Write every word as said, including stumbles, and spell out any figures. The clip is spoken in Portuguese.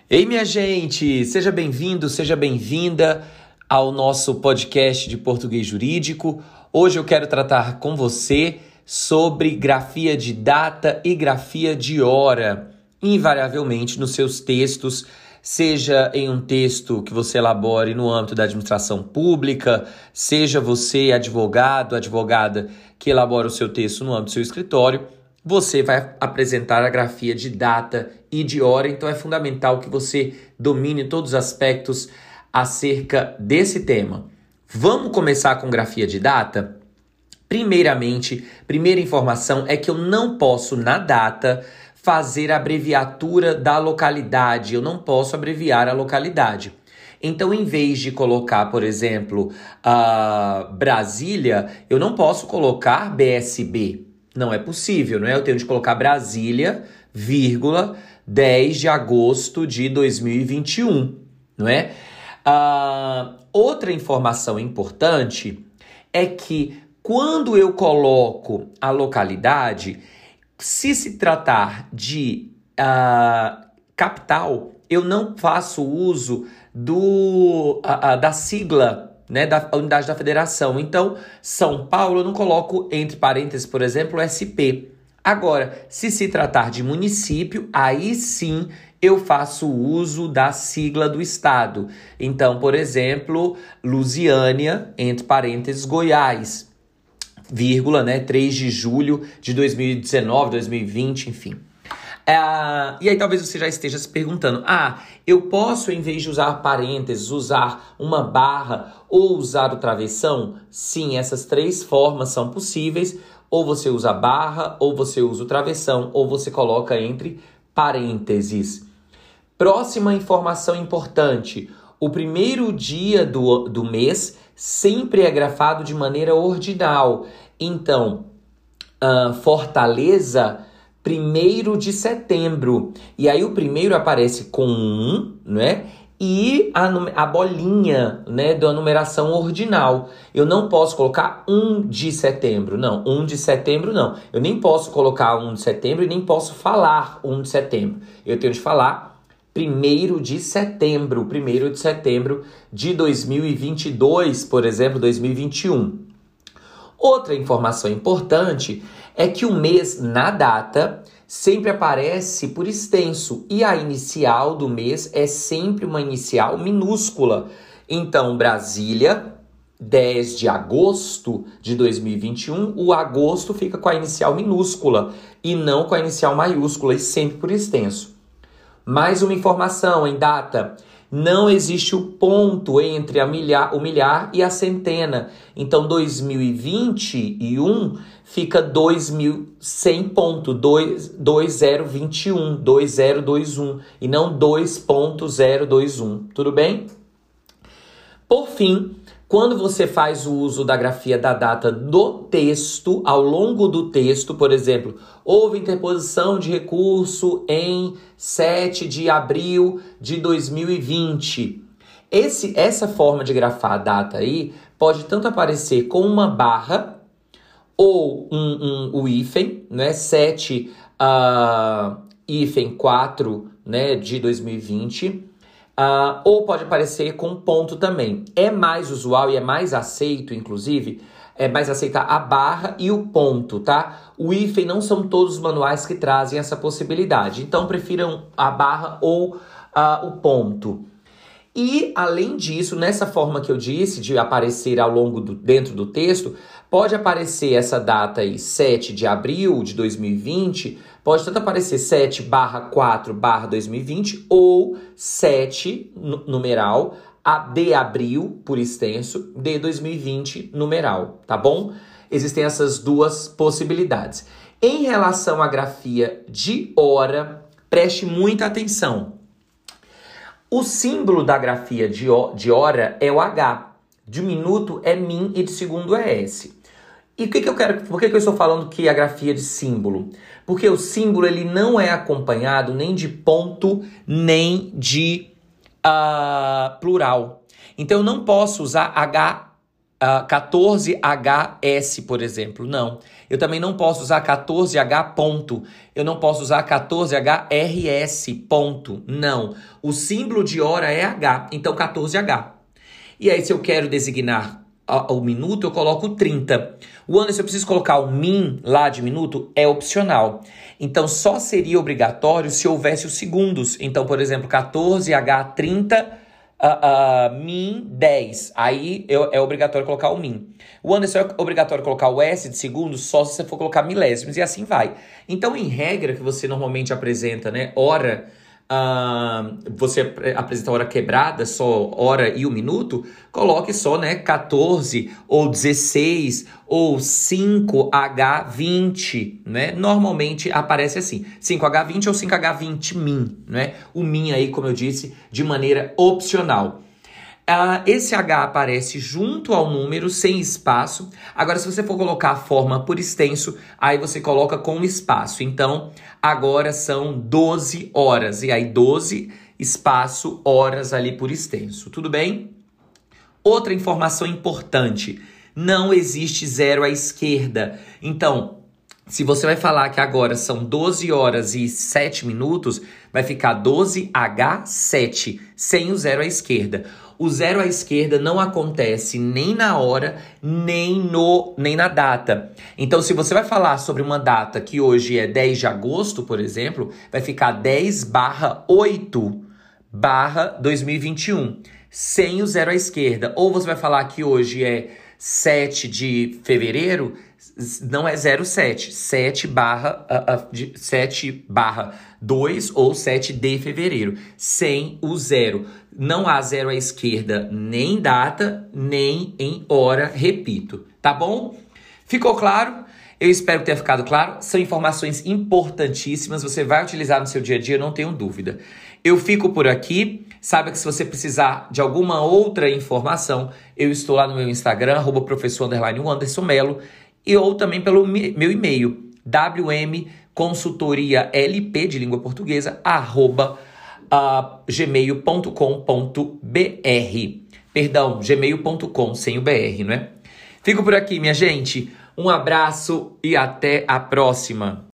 Ei, minha gente, seja bem-vindo, seja bem-vinda ao nosso podcast de português jurídico. Hoje eu quero tratar com você sobre grafia de data e grafia de hora, invariavelmente nos seus textos, seja em um texto que você elabore no âmbito da administração pública, seja você advogado, advogada que elabora o seu texto no âmbito do seu escritório, você vai apresentar a grafia de data e de hora, então é fundamental que você domine todos os aspectos acerca desse tema. Vamos começar com grafia de data? Primeiramente, primeira informação é que eu não posso, na data, fazer a abreviatura da localidade, eu não posso abreviar a localidade. Então, em vez de colocar, por exemplo, uh, Brasília, eu não posso colocar B S B. Não é possível, não é? Eu tenho de colocar Brasília, vírgula, dez de agosto de dois mil e vinte e um, não é? Uh, outra informação importante é que quando eu coloco a localidade, se se tratar de uh, capital, eu não faço uso do, uh, uh, da sigla, né, da unidade da federação. Então, São Paulo eu não coloco entre parênteses, por exemplo, S P. Agora, se se tratar de município, aí sim eu faço uso da sigla do estado. Então, por exemplo, Lusiânia, entre parênteses, Goiás, vírgula, né, três de julho de dois mil e dezenove, dois mil e vinte, enfim. Uh, e aí talvez você já esteja se perguntando, ah, eu posso, em vez de usar parênteses, usar uma barra ou usar o travessão? Sim, essas três formas são possíveis. Ou você usa barra, ou você usa o travessão, ou você coloca entre parênteses. Próxima informação importante. O primeiro dia do, do mês sempre é grafado de maneira ordinal. Então, uh, Fortaleza, primeiro de setembro. E aí o primeiro aparece com um, né? E a, a bolinha, né, da numeração ordinal. Eu não posso colocar um de setembro, não. um de setembro, não. Eu nem posso colocar um de setembro e nem posso falar um de setembro. Eu tenho de falar primeiro de setembro. primeiro de setembro de dois mil e vinte e dois, por exemplo, dois mil e vinte e um. Outra informação importante é que o mês na data sempre aparece por extenso e a inicial do mês é sempre uma inicial minúscula. Então, Brasília, dez de agosto de dois mil e vinte e um, o agosto fica com a inicial minúscula e não com a inicial maiúscula e sempre por extenso. Mais uma informação em data. Não existe o ponto entre a milhar, o milhar e a centena. Então, dois mil e vinte e um fica dois mil cem ponto dois zero dois um, dois zero dois um e não dois ponto zero dois um. Tudo bem? Por fim, quando você faz o uso da grafia da data do texto, ao longo do texto, por exemplo, houve interposição de recurso em sete de abril de dois mil e vinte. Esse, essa forma de grafar a data aí pode tanto aparecer com uma barra ou um, um, o hífen, né? sete, uh, hífen quatro, né, de dois mil e vinte. Uh, ou pode aparecer com ponto também. É mais usual e é mais aceito, inclusive, é mais aceitar a barra e o ponto, tá? O hífen não são todos os manuais que trazem essa possibilidade. Então, prefiram a barra ou uh, o ponto. E, além disso, nessa forma que eu disse, de aparecer ao longo do, dentro do texto, pode aparecer essa data aí, sete de abril de dois mil e vinte, pode tanto aparecer sete barra quatro barra dois mil e vinte ou sete, numeral, a de abril, por extenso, de dois mil e vinte, numeral, tá bom? Existem essas duas possibilidades. Em relação à grafia de hora, preste muita atenção. O símbolo da grafia de, de hora é o H, de minuto é min e de segundo é S. E o que, que eu quero, por que, que eu estou falando que a grafia de símbolo? Porque o símbolo ele não é acompanhado nem de ponto, nem de uh, plural. Então eu não posso usar H uh, quatorze H S, por exemplo. Não. Eu também não posso usar quatorze H ponto. Eu não posso usar quatorze H R S ponto. Não. O símbolo de hora é H, então quatorze H. E aí, se eu quero designar o minuto, eu coloco trinta. O Anderson, eu preciso colocar o min lá de minuto? É opcional. Então, só seria obrigatório se houvesse os segundos. Então, por exemplo, quatorze H trinta, uh, uh, min dez. Aí eu, é obrigatório colocar o min. O Anderson, é obrigatório colocar o S de segundos só se você for colocar milésimos, e assim vai. Então, em regra, que você normalmente apresenta, né, hora... Uh, você apresenta a hora quebrada, só hora e o minuto, coloque só, né, quatorze ou dezesseis ou cinco H vinte, né? Normalmente aparece assim, cinco H vinte ou cinco H vinte min, né? O min aí, como eu disse, de maneira opcional. Uh, esse H aparece junto ao número, sem espaço. Agora, se você for colocar a forma por extenso, aí você coloca com espaço. Então, agora são doze horas. E aí, doze, espaço, horas ali por extenso. Tudo bem? Outra informação importante. Não existe zero à esquerda. Então, se você vai falar que agora são doze horas e sete minutos, vai ficar doze H sete, sem o zero à esquerda. O zero à esquerda não acontece nem na hora, nem, no, nem na data. Então, se você vai falar sobre uma data que hoje é dez de agosto, por exemplo, vai ficar dez barra oito barra dois mil e vinte e um, sem o zero à esquerda. Ou você vai falar que hoje é sete de fevereiro, não é zero sete, sete barra dois ou sete de fevereiro, sem o zero. Não há zero à esquerda nem em data, nem em hora, repito. Tá bom? Ficou claro? Eu espero que tenha ficado claro. São informações importantíssimas, você vai utilizar no seu dia a dia, não tenho dúvida. Eu fico por aqui. Saiba que se você precisar de alguma outra informação, eu estou lá no meu Instagram, arroba professor underline Anderson Melo, e ou também pelo meu e-mail, wmconsultorialp de língua portuguesa, arroba uh, gmail ponto com ponto br. Perdão, gmail ponto com, sem o B R, não é? Fico por aqui, minha gente. Um abraço e até a próxima.